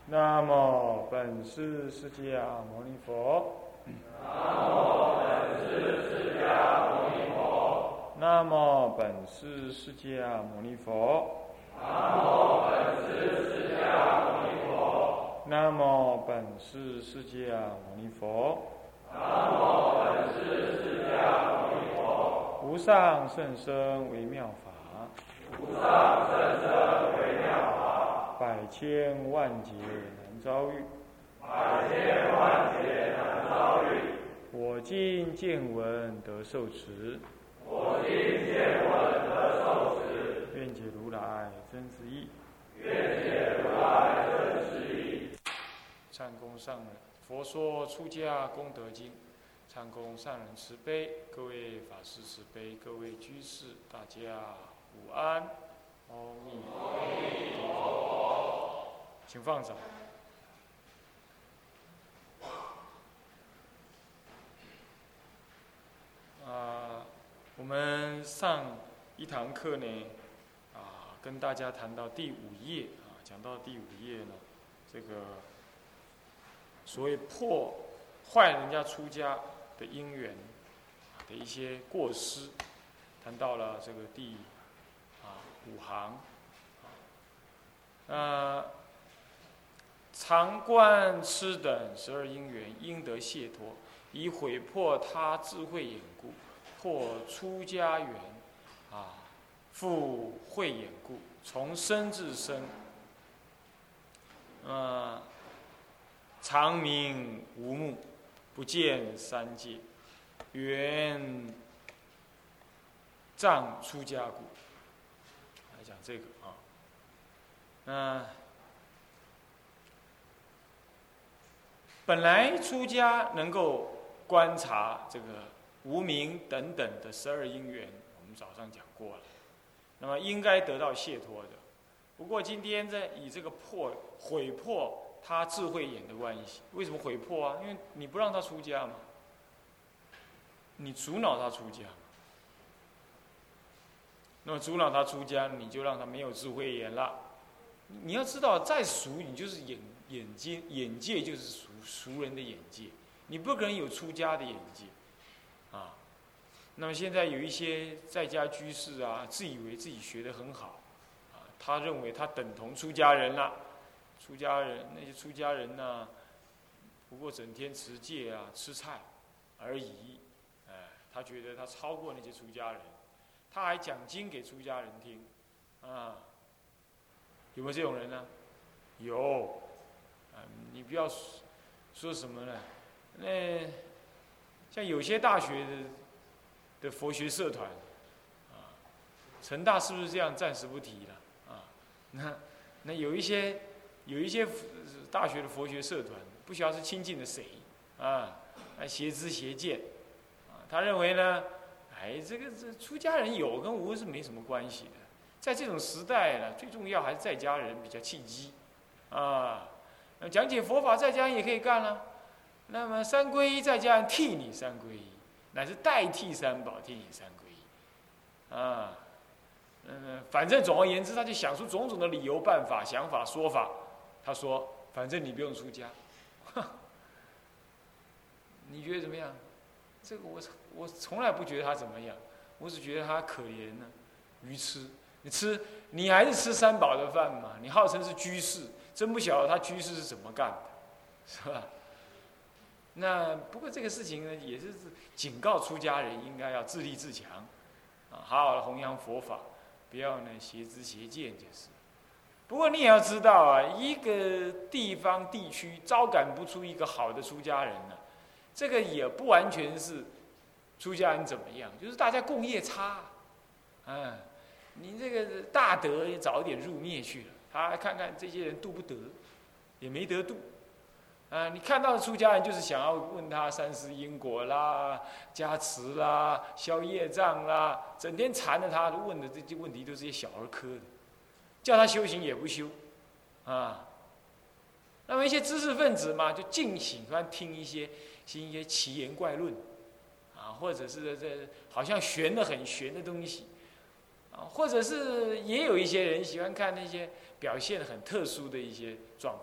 南无本师释迦牟尼佛。 南无本师释迦牟尼佛。 南无本师释迦牟尼佛。 南无本师释迦牟尼佛。 南无本师释迦牟尼佛。 南无本师释迦牟尼佛。 无上甚深微妙法， 无上甚深微妙法， 百千万劫难遭遇， 百千万劫难遭遇。 我今见闻得受持， 我今见闻得受持， 愿解如来真实义。 愿解如来真实义。 忏公上人，佛说出家功德经。忏公上人慈悲，各位法师慈悲，各位居士，大家午安，阿弥陀佛。请放掌。我们上一堂课呢，跟大家谈到第5页讲到第5页呢，这个所谓破坏人家出家的因缘的一些过失，谈到了这个第5行常观痴等12因缘，应得解脱，以毁破他智慧眼故，破出家缘复慧眼故，从生至生常明无目，不见三界，缘障出家故。来讲这个本来出家能够观察这个无明等等的12因缘，我们早上讲过了，那么应该得到解脱的。不过今天在以这个毁破他智慧眼的关系，为什么毁破啊？因为你不让他出家嘛，你阻挠他出家嘛。那么阻挠他出家，你就让他没有智慧眼了。你要知道，再俗你就是眼界就是俗人的眼界，你不可能有出家的眼界那么现在有一些在家居士自以为自己学得很好他认为他等同出家人了。那些出家人呢，不过整天持戒吃菜而已。他觉得他超过那些出家人，他还讲经给出家人听有没有这种人呢？有你不要说什么呢？那像有些大学的佛学社团成大是不是这样？暂时不提了那有一些大学的佛学社团，不晓得是亲近的谁邪知邪见他认为呢，这出家人有跟无是没什么关系的。在这种时代呢，最重要还是在家人比较契机讲解佛法在家人也可以干了。那么三皈依在家人替你三皈依，乃是代替三宝替你三皈依反正总而言之，他就想出种种的理由、办法、想法、说法。他说：“反正你不用出家。”你觉得怎么样？这个我从来不觉得他怎么样，我只觉得他可怜呢，愚痴。你还是吃三宝的饭嘛？你号称是居士，真不晓得他居士是怎么干的，是吧？那不过这个事情呢，也是警告出家人应该要自立自强好好的弘扬佛法，不要呢邪知邪见就是。不过你也要知道一个地方地区招感不出一个好的出家人呢，这个也不完全是出家人怎么样，就是大家共业差你这个大德也早点入灭去了，他看看这些人度不得，也没得度你看到的出家人就是想要问他三世因果啦、加持啦、消业障啦，整天缠着他，问的这些问题都是些小儿科的，叫他修行也不修那么一些知识分子嘛，就尽喜欢听一些奇言怪论或者是这好像玄的很玄的东西或者是也有一些人喜欢看那些表现很特殊的一些状况，比如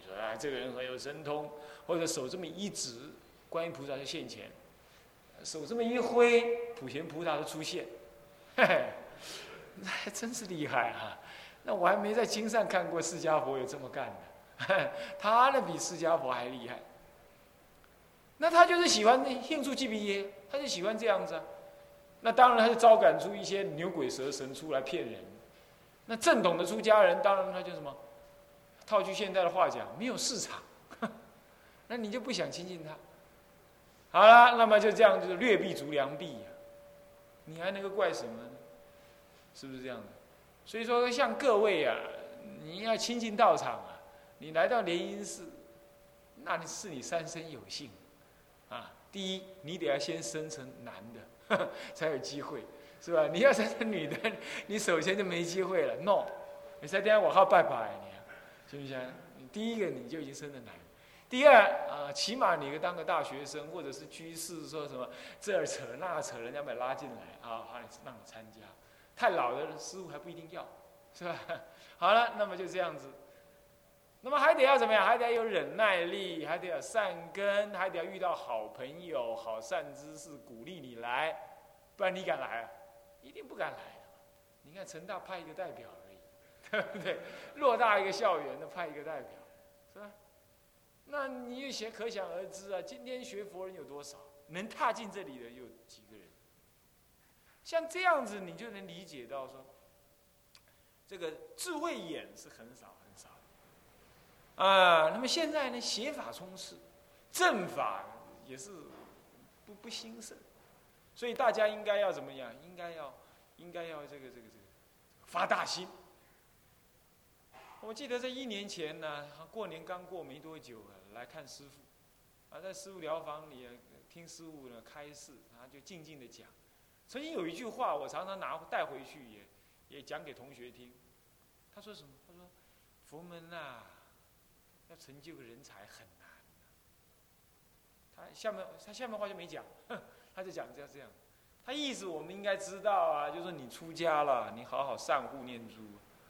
说啊，这个人很有神通，或者手这么一指，观音菩萨就现前，手这么一挥，普贤菩萨就出现，嘿嘿，那还真是厉害啊！那我还没在经上看过释迦佛有这么干的，他那比释迦佛还厉害。那他就是喜欢应出即彼耶，他就喜欢这样子啊。那当然他就招感出一些牛鬼蛇神出来骗人。那正统的出家人，当然他就什么，套句现在的话讲，没有市场，那你就不想亲近他。好了，那么就这样，就是劣币逐良币呀，你还能够怪什么呢？是不是这样的？所以说，像各位啊，你要亲近道场啊，你来到莲因寺，那你是你三生有幸啊。第一，你得要先生成男的，才有机会。是吧？你要生成女的，你首先就没机会了。No， 你在天我好拜拜你，行不行？你第一个你就已经生了男人，第二起码你当个大学生或者是居士，说什么这儿扯那扯，人家把你拉进来啊，让你参加。太老的师傅还不一定要，是吧？好了，那么就这样子。那么还得要怎么样？还得要有忍耐力，还得要善根，还得要遇到好朋友、好善知识鼓励你来，不然你敢来啊？一定不敢来的。你看成大派一个代表而已，对不对？偌大一个校园的派一个代表，是吧？那你就可想而知啊，今天学佛人有多少？能踏进这里的有几个人？像这样子，你就能理解到说，这个智慧眼是很少很少的啊。那么现在呢，邪法充斥，正法也是不兴盛。所以大家应该要怎么样？应该要这个发大心。我记得在1年前呢，过年刚过没多久来看师父，在师父疗房里听师父呢开示，他就静静的讲。曾经有一句话，我常常带回去也讲给同学听。他说什么？他说佛门啊，要成就个人才很难。他下面话就没讲。他就讲这样，他意思我们应该知道啊，就是说你出家了，你好好善护念珠。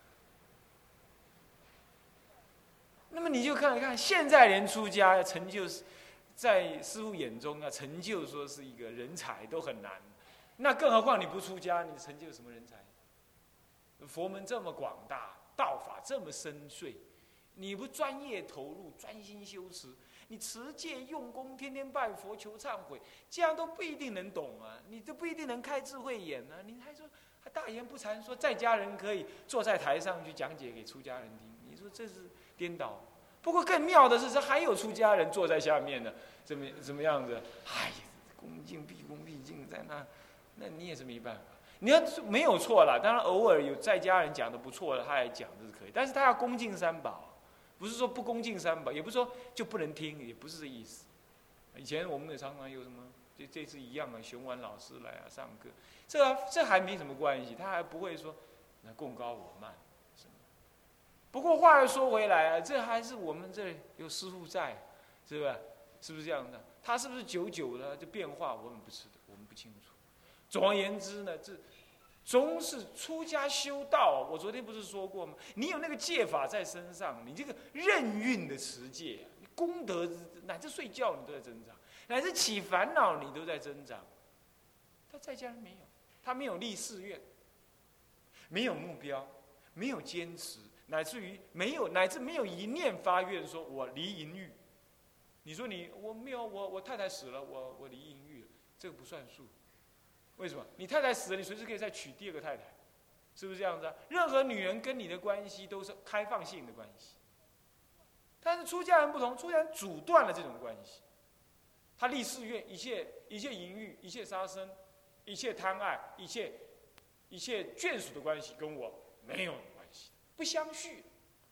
那么你就看一看，现在连出家要成就，在师父眼中要成就说是一个人才都很难，那更何况你不出家，你成就什么人才？佛门这么广大，道法这么深邃，你不专业投入、专心修持。你持戒用功，天天拜佛求忏悔，这样都不一定能懂啊！你都不一定能开智慧眼啊！你还说还大言不惭说在家人可以坐在台上去讲解给出家人听，你说这是颠倒。不过更妙的是，这还有出家人坐在下面呢，怎么样子？哎呀，恭敬毕恭毕敬在那你也是没办法。你要没有错啦，当然偶尔有在家人讲的不错的，他也讲的是可以，但是他要恭敬三宝。不是说不恭敬三宝，也不是说就不能听，也不是这意思。以前我们也常常有什么，这次一样啊，熊完老师来上课，这还没什么关系，他还不会说那贡高我慢什么。不过话又说回来啊，这还是我们这里有师父在，是吧？是不是这样的？他是不是久久的就变化，我们不知道，我们不清楚。总而言之呢，这终是出家修道。我昨天不是说过吗？你有那个戒法在身上，你这个任运的持戒，你功德乃至睡觉你都在增长，乃至起烦恼你都在增长。他在家没有，他没有立誓愿，没有目标，没有坚持，乃至没有一念发愿说我离淫欲。你说我没有我太太死了，我离淫欲了，这个不算数。为什么？你太太死了，你随时可以再娶第二个太太，是不是这样子啊？任何女人跟你的关系都是开放性的关系，但是出家人不同，出家人阻断了这种关系。他立誓愿，一切淫欲，一切杀生，一切贪爱，一切眷属的关系跟我没有关系，不相续。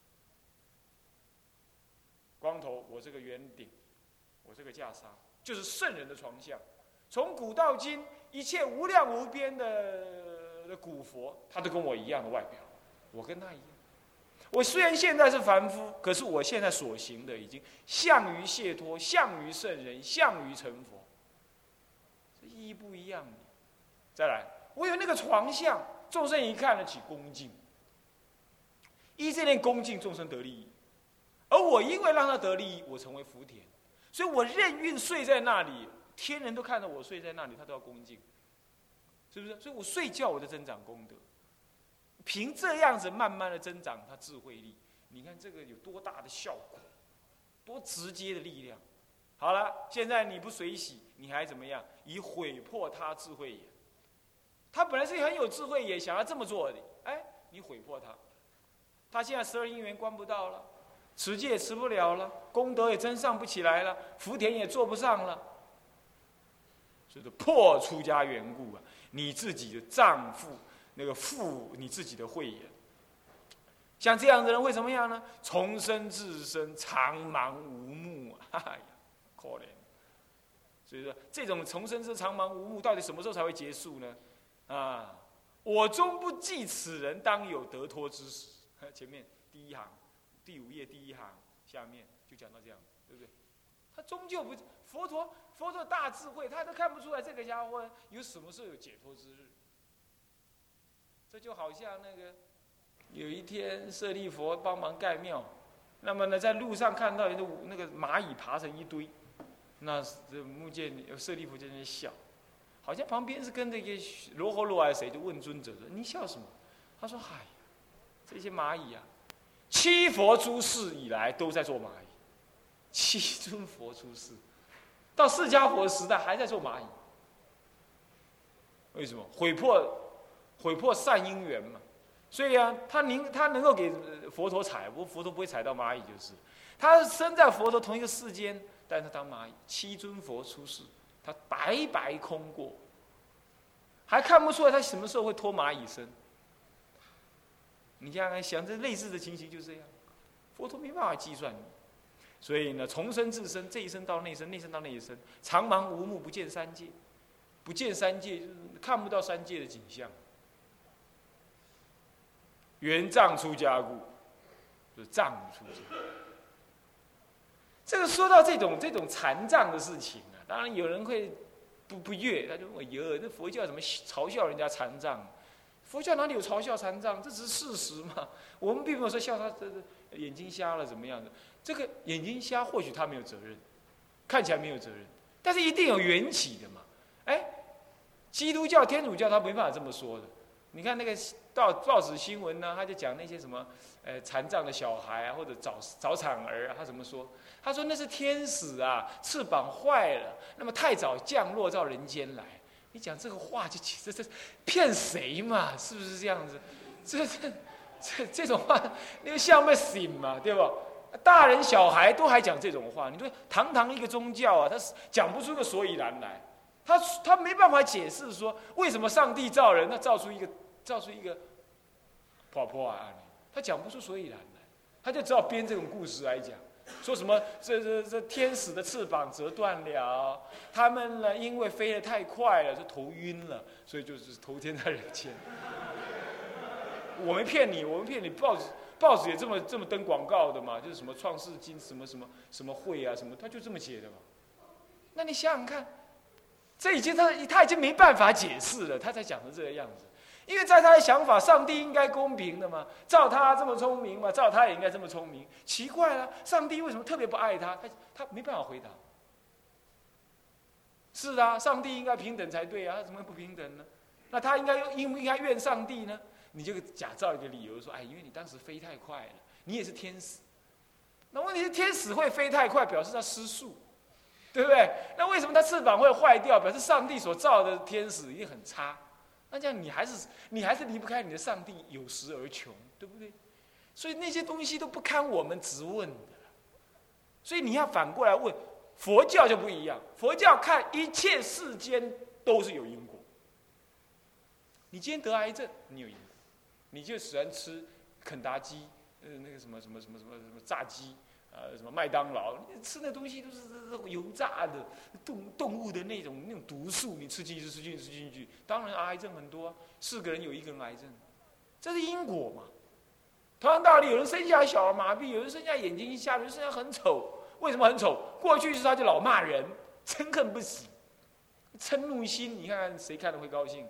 光头，我这个圆顶，我这个袈裟，就是圣人的床相。从古到今，一切无量无边的古佛，他都跟我一样的外表，我跟他一样。我虽然现在是凡夫，可是我现在所行的已经向于解脱，向于圣人，向于成佛，这意义不一样。再来，我有那个床相，众生一看得起恭敬，依这念恭敬，众生得利益。 而我因为让他得利益，我成为福田，所以我任运睡在那里，天人都看到我睡在那里，他都要恭敬，是不是？所以我睡觉我就增长功德，凭这样子慢慢的增长他智慧力。你看这个有多大的效果，多直接的力量。好了，现在你不随喜，你还怎么样？以毁破他智慧也。他本来是很有智慧也，想要这么做的，哎，你毁破他，他现在12因缘关不到了，持戒也持不了了，功德也增上不起来了，福田也做不上了，所以说破出家缘故啊，你自己的丈夫那个负你自己的慧眼。像这样的人会怎么样呢？从生至生，常盲无目啊！哎呀，可怜。所以说，这种从生至常盲无目，到底什么时候才会结束呢？啊，我终不记此人当有得脱之时。前面第一行，第5页第1行下面就讲到这样，对不对？他终究不，佛陀的大智慧，他都看不出来这个家伙有什么时候有解脱之日。这就好像那个。有一天，舍利佛帮忙盖庙，那么呢，在路上看到那个蚂蚁爬成一堆，那这目犍有舍利佛在那笑，好像旁边是跟那个罗睺罗还是谁就问尊者说：“你笑什么？”他说：“嗨，这些蚂蚁啊，七佛出世以来都在做蚂蚁，七尊佛出世，到释迦佛时代还在做蚂蚁。为什么？毁破善因缘嘛。”所以啊，他能够给佛陀踩，不过佛陀不会踩到蚂蚁就是。他生在佛陀同一个世间，但是当蚂蚁，七尊佛出世，他白白空过，还看不出来他什么时候会脱蚂蚁身。你想想，这类似的情形就这样，佛陀没办法计算你。所以呢，从生至生，这一生到那一生，那一生到那一生，常盲无目，不见三界，不见三界就是看不到三界的景象。原藏出家故，就是藏出家。这个说到这种残障的事情啊，当然有人会不悦，他就问：哟，这佛教怎么嘲笑人家残障？佛教哪里有嘲笑残障？这只是事实嘛。我们并没有说笑他这眼睛瞎了怎么样的。这个眼睛瞎或许他没有责任，看起来没有责任，但是一定有缘起的嘛。哎，基督教、天主教他没办法这么说的。你看那个报纸新闻呢，他就讲那些什么，残障的小孩啊，或者早产儿啊，他怎么说？他说那是天使啊，翅膀坏了，那么太早降落到人间来。你讲这个话就这骗谁嘛？是不是这样子？这种话，那个像不醒嘛，对吧？大人小孩都还讲这种话，你说堂堂一个宗教啊，他讲不出个所以然来。他没办法解释说为什么上帝造人，他造出一个婆婆啊，他讲不出所以然来，他就只好编这种故事来讲，说什么这天使的翅膀折断了，他们呢因为飞得太快了，就头晕了，所以就是头天在人间。我没骗你，报纸也这么登广告的嘛，就是什么创世经什么会啊什么，他就这么写的嘛。那你想想看。这他已经没办法解释了，他才讲成这个样子。因为在他的想法，上帝应该公平的嘛，照他这么聪明嘛，照他也应该这么聪明。奇怪了，上帝为什么特别不爱他？他没办法回答。是啊，上帝应该平等才对啊，他怎么会不平等呢？那他应不应该怨上帝呢？你就假造一个理由说，哎，因为你当时飞太快了，你也是天使。那问题是天使会飞太快，表示他失速。对不对？那为什么它翅膀会坏掉？表示上帝所造的天使一定很差。那这样你还是离不开你的上帝有时而穷，对不对？所以那些东西都不堪我们质问的。所以你要反过来问，佛教就不一样。佛教看一切世间都是有因果。你今天得癌症，你有因果，你就喜欢吃肯达基，那个什么炸鸡。什么麦当劳，你吃那东西都是油炸的，动物的那种毒素，你吃进去，当然癌症很多，4个人有1个人癌症，这是因果嘛。同样道理，有人生下来小儿麻痹，有人生下来眼睛瞎，有人生下来很丑，为什么很丑？过去是他就老骂人，嗔恨不喜，嗔怒心，你看看谁看了会高兴？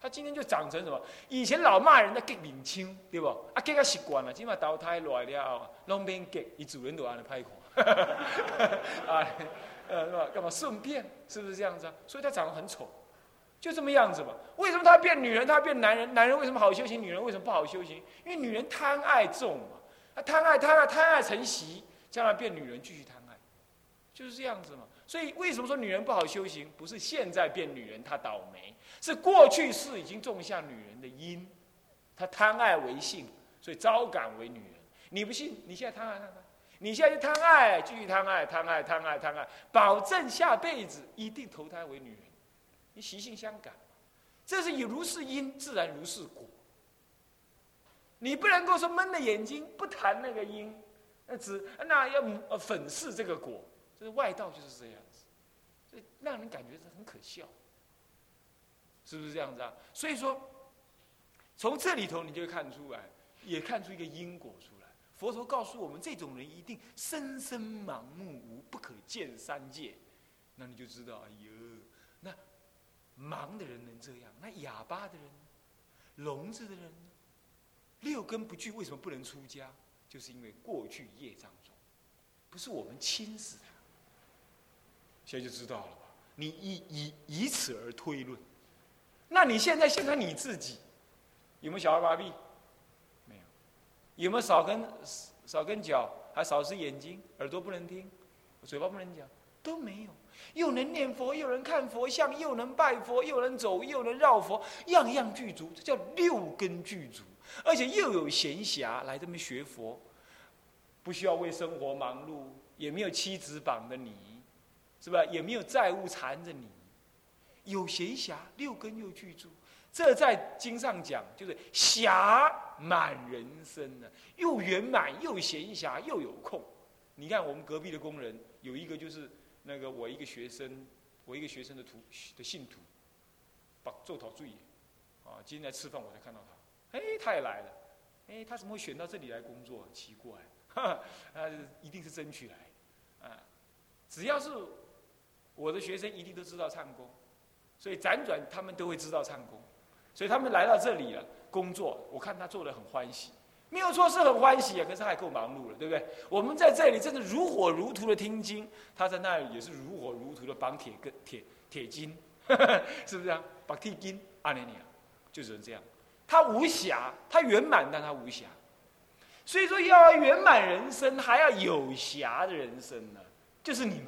他今天就长成什么？以前老骂人的激面枪，对不？啊，激啊习惯了，今嘛投胎来了，拢免激，伊主人都安尼歹看。啊，是吧？干嘛顺便？是不是这样子啊？所以他长得很丑，就这么样子嘛。为什么他变女人，他变男人？男人为什么好修行？女人为什么不好修行？因为女人贪爱重嘛，啊，贪爱成习，将来变女人继续贪爱，就是这样子嘛。所以为什么说女人不好修行？不是现在变女人她倒霉，是过去世已经种下女人的因，她贪爱为性，所以招感为女人。你不信？你现在贪爱，你现在就贪爱，继续贪爱，保证下辈子一定投胎为女人。你习性相感，这是以如是因，自然如是果。你不能够说闷着眼睛不谈那个因，那要粉饰这个果。这外道就是这样子，所以让人感觉很可笑，是不是这样子啊？所以说，从这里头你就会看出来，也看出一个因果出来。佛陀告诉我们，这种人一定深深盲目无不可见三界，那你就知道，哎呦，那盲的人能这样，那哑巴的人，聋子的人，六根不具，为什么不能出家？就是因为过去业障重，不是我们轻视他。现在就知道了吧？你以此而推论，那你现在你自己有没有小儿麻痹？没有。有没有少根脚？还少只眼睛？耳朵不能听？嘴巴不能讲？都没有。又能念佛，又能看佛像，又能拜佛，又能走，又能绕佛，样样具足，这叫六根具足。而且又有闲暇来这边学佛，不需要为生活忙碌，也没有妻子绑着你。是吧？也没有债务缠着你，有闲暇，六根又具足。这在经上讲，就是暇满人生呢，又圆满，又闲暇，又有空。你看我们隔壁的工人，有一个就是那个我一个学生的信徒，把做讨罪啊，今天来吃饭我才看到他，他也来了，他怎么会选到这里来工作？奇怪，一定是争取来，啊，只要是。我的学生一定都知道唱功，所以辗转他们都会知道唱功，所以他们来到这里了工作，我看他做得很欢喜，没有错是很欢喜啊，可是还够忙碌了，对不对？我们在这里真的如火如荼的听经，他在那里也是如火如荼的绑铁筋，是不是啊？绑铁筋，阿尼尼啊，就只能这样。他无暇，他圆满，但他无暇，所以说要圆满人生，还要有暇的人生呢，就是你们。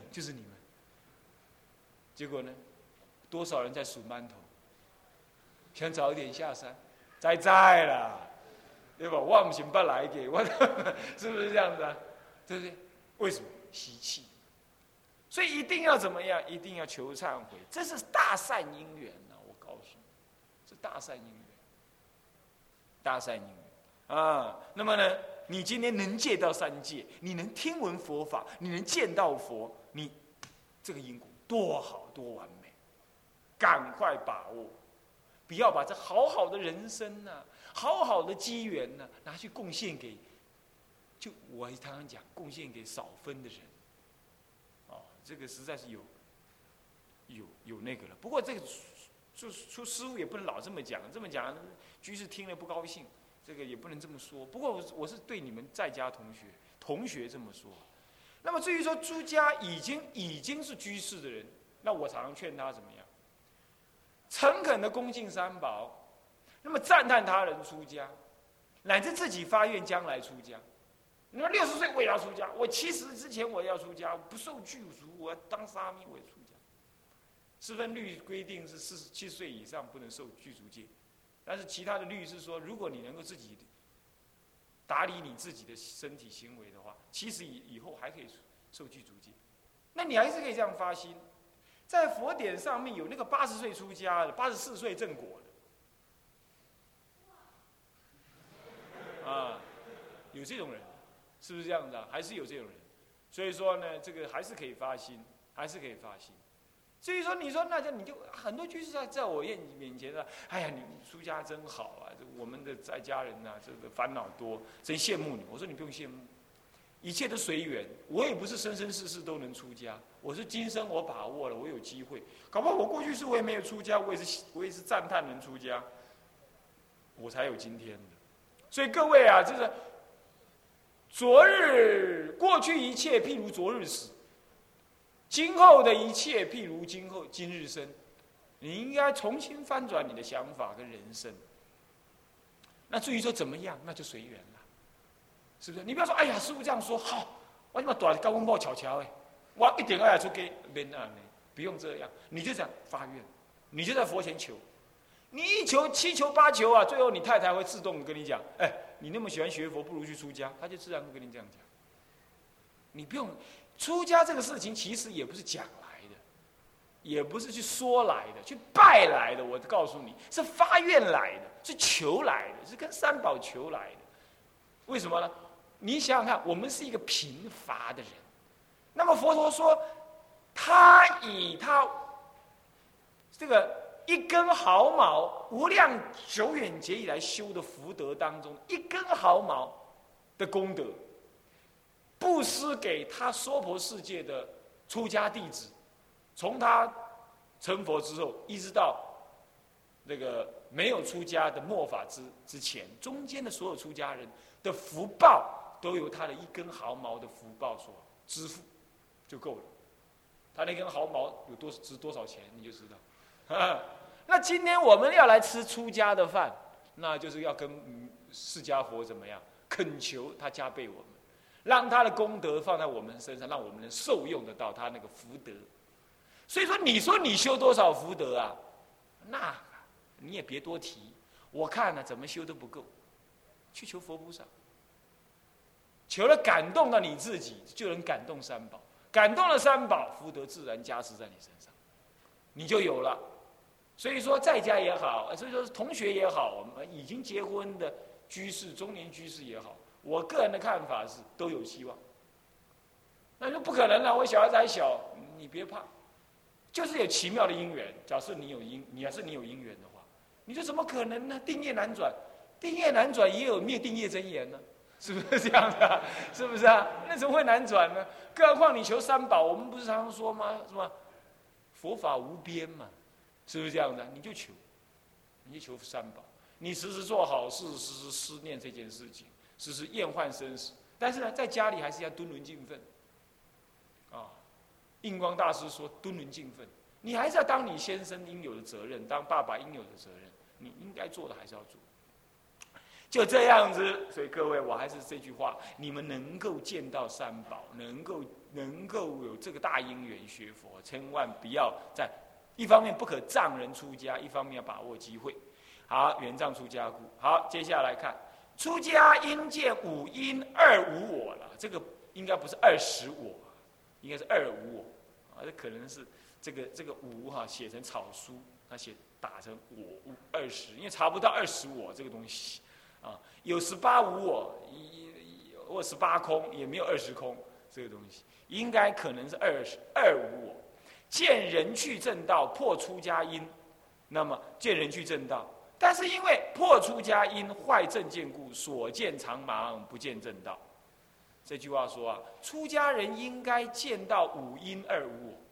结果呢？多少人在数馒头，想早一点下山，在啦，对吧？我不行不来给我，是不是这样子啊？对不对？为什么习气？所以一定要怎么样？一定要求忏悔，这是大善因缘呐！我告诉你，这大善因缘，大善因缘啊。那么呢，你今天能戒到三界，你能听闻佛法，你能见到佛，你这个因果。多好多完美，赶快把握，不要把这好好的人生啊，好好的机缘呢，拿去贡献给，就我常常讲，贡献给少分的人，这个实在是有那个了。不过这个出师父也不能老这么讲，居士听了不高兴，这个也不能这么说。不过我是对你们在家同学这么说。那么至于说出家已经是居士的人，那我常常劝他怎么样？诚恳的恭敬三宝，那么赞叹他人出家，乃至自己发愿将来出家。那么60岁我也要出家，我70之前我也要出家，不受具足，我要当沙弥我也出家。释分律规定是47岁以上不能受具足戒，但是其他的律是说，如果你能够自己打理你自己的身体行为的话，70以后还可以受具足戒，那你还是可以这样发心。在佛典上面有那个80岁出家的，84岁正果的，有这种人，是不是这样子啊？还是有这种人，所以说呢，这个还是可以发心，所以说，你说那你就很多居士在我面前说：“哎呀，你出家真好啊！我们的在家人呐，这个烦恼多，真羡慕你。”我说你不用羡慕， 一切都随缘。我也不是生生世世都能出家，我是今生我把握了，我有机会。搞不好我过去世我也没有出家，我也是赞叹能出家，我才有今天的。所以各位啊，就是昨日过去一切譬如昨日死，今后的一切譬如今日生。你应该重新翻转你的想法跟人生。那至于说怎么样，那就随缘了，是不是？你不要说，哎呀，师父这样说好，我他妈大高温爆巧巧哎，我一点爱出给免啊呢，不用这样，你就这样发愿，你就在佛前求，你一求7求8求啊，最后你太太会自动跟你讲，哎，你那么喜欢学佛，不如去出家，他就自然会跟你这样讲。你不用出家这个事情，其实也不是讲来的，也不是去说来的，去拜来的。我告诉你，是发愿来的，是求来的，是跟三宝求来的。为什么呢？你想想看，我们是一个贫乏的人，那么佛陀说，他以他这个一根毫毛无量久远劫以来修的福德当中，一根毫毛的功德，布施给他娑婆世界的出家弟子，从他成佛之后，一直到那个没有出家的末法之前，中间的所有出家人的福报，都由他的一根毫毛的福报所支付，就够了。他那根毫毛值多少钱，你就知道。那今天我们要来吃出家的饭，那就是要跟释迦佛怎么样，恳求他加倍我们，让他的功德放在我们身上，让我们能受用得到他那个福德。所以说，你说你修多少福德啊？那你也别多提，我看呢怎么修都不够，去求佛菩萨，求了感动到你自己，就能感动三宝，感动了三宝，福德自然加持在你身上，你就有了。所以说在家也好，所以说同学也好，我们已经结婚的居士、中年居士也好，我个人的看法是都有希望。那就不可能了，我小孩子还小，你别怕，就是有奇妙的因缘。假设你有因缘的话，你说怎么可能呢？定业难转，定业难转也有灭定业真言呢，是不是这样的、啊？是不是啊？那怎么会难转呢？更何况你求三宝，我们不是常常说吗？是吧？佛法无边嘛。是不是这样的？你就求三宝，你时时做好事，时时思念这件事情，时时厌患生死。但是呢，在家里还是要敦伦敬分。啊，印光大师说敦伦敬分，你还是要当你先生应有的责任，当爸爸应有的责任，你应该做的还是要做。就这样子，所以各位，我还是这句话：你们能够见到三宝，能够有这个大因缘学佛，千万不要在。一方面不可障人出家，一方面要把握机会。好，缘障出家故。好，接下来看出家应见五因二无我了。这个应该不是20我，应该是2无我啊。这可能是这个无哈写成草书，他打成我20，因为查不到20我这个东西啊。有18无我，或18空，也没有20空这个东西，应该可能是2无我。见人去正道，破出家因，那么见人去正道，但是因为破出家因坏正见故，所见常盲，不见正道。这句话说啊，出家人应该见到五因二无我。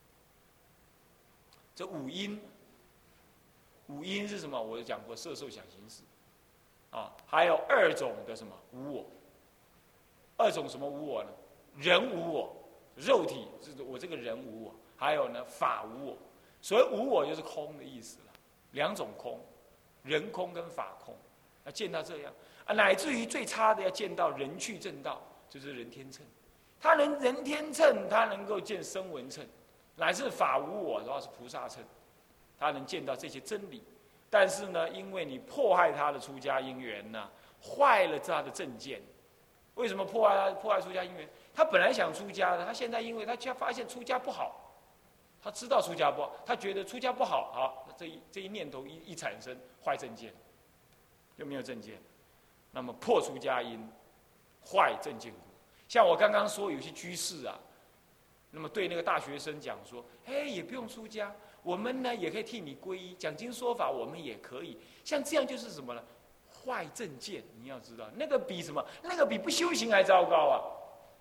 这五因是什么？我有讲过，色受想行识啊，还有2种的什么无我？2种什么无我呢？人无我，肉体是我这个人无我。还有呢，法无我。所谓无我就是空的意思了，2种空，人空跟法空。要见到这样啊，乃至于最差的要见到人去正道，就是人天乘。他能人天乘，他能够见声闻乘，乃至法无我的话是菩萨乘，他能见到这些真理。但是呢，因为你迫害他的出家因缘呢，坏了他的正见。为什么迫害出家因缘？他本来想出家的，他现在因为他发现出家不好。他知道出家不好，他觉得出家不好，好，这一念头一产生，坏正见，就没有正见。那么破出家因，坏正见故。像我刚刚说，有些居士啊，那么对那个大学生讲说，也不用出家，我们呢也可以替你皈依，讲经说法我们也可以。像这样就是什么呢？坏正见，你要知道，那个比什么？那个比不修行还糟糕啊！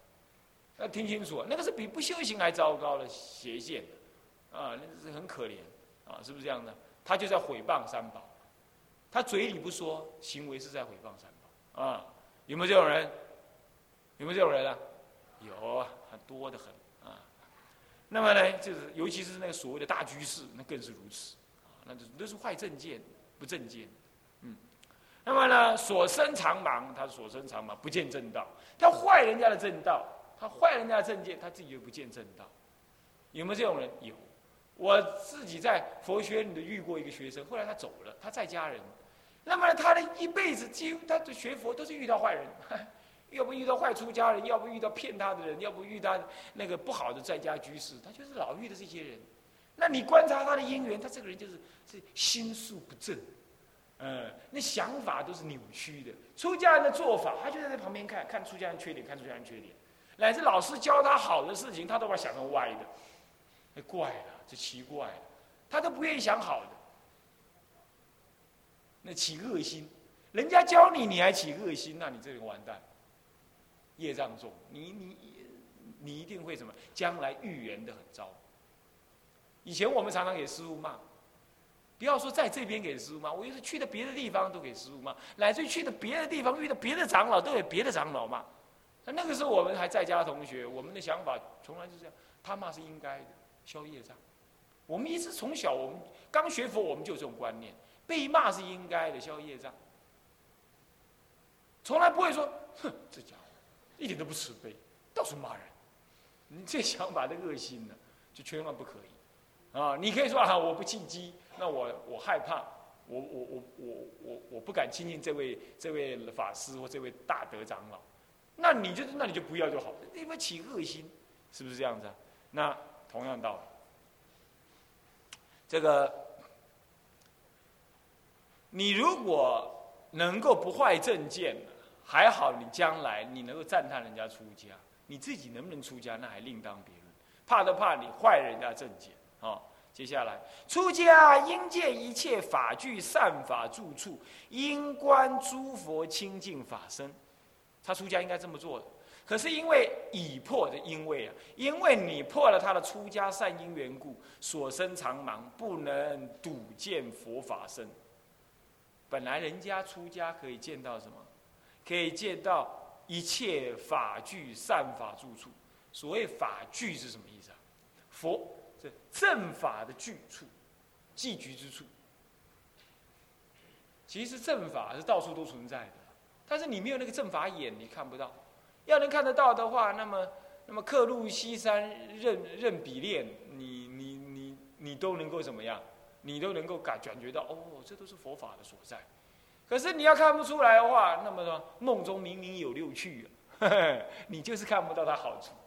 要听清楚，那个是比不修行还糟糕的邪见啊，那是很可怜啊，是不是这样的？他就在毁谤三宝，他嘴里不说，行为是在毁谤三宝啊。有没有这种人？有没有这种人啊？有啊，很多的很啊。那么呢，就是尤其是那个所谓的大居士，那更是如此啊，那是坏正见，不正见。那么呢，所生常忙，他所生常忙，不见正道。他坏人家的正道，他坏人家的正见，他自己又不见正道。有没有这种人？有。我自己在佛学里遇过一个学生，后来他走了，他在家人。那么他的一辈子，几乎他的学佛都是遇到坏人，要不遇到坏出家人，要不遇到骗他的人，要不遇到那个不好的在家居士，他就是老遇的这些人。那你观察他的因缘，他这个人就是心术不正。那想法都是扭曲的。出家人的做法，他就在旁边看出家人缺点，看出家人缺点，乃至老师教他好的事情，他都把它想成歪的。怪了，这奇怪了，他都不愿意想好的，那起恶心。人家教你，你还起恶心，那你这个人完蛋，业障重，你一定会什么？将来预言的很糟。以前我们常常给师父骂。不要说在这边给师父骂，我就是去的别的地方都给师父骂，乃至于去的别的地方遇到别的长老都给别的长老骂。那个时候我们还在家同学，我们的想法从来是这样，他骂是应该的，消业障。我们一直从小，我们刚学佛，我们就有这种观念，被骂是应该的，消业障。从来不会说，哼，这家伙一点都不慈悲，到处骂人。你这想法的恶心呢，就千万不可以。啊，你可以说啊，我不信机，那我害怕，我不敢亲近这位法师或这位大德长老，那你就不要就好了，因为起恶心，是不是这样子啊？那同样道理，这个你如果能够不坏正见，还好，你将来你能够赞叹人家出家，你自己能不能出家那还另当别论，怕都怕你坏人家正见。接下来，出家应戒一切法具善法住处，应观诸佛清净法身。他出家应该这么做的。可是因为已破的因为你破了他的出家善因缘故，所生常忙，不能睹见佛法身。本来人家出家可以见到什么？可以见到一切法具善法住处。所谓法具是什么意思啊？佛。这正法的具处，寄居之处。其实正法是到处都存在的，但是你没有那个正法眼，你看不到。要能看得到的话，那么刻入西山任比练，你都能够怎么样？你都能够感觉到，哦，这都是佛法的所在。可是你要看不出来的话，那么呢，梦中明明有六趣啊，你就是看不到它好处。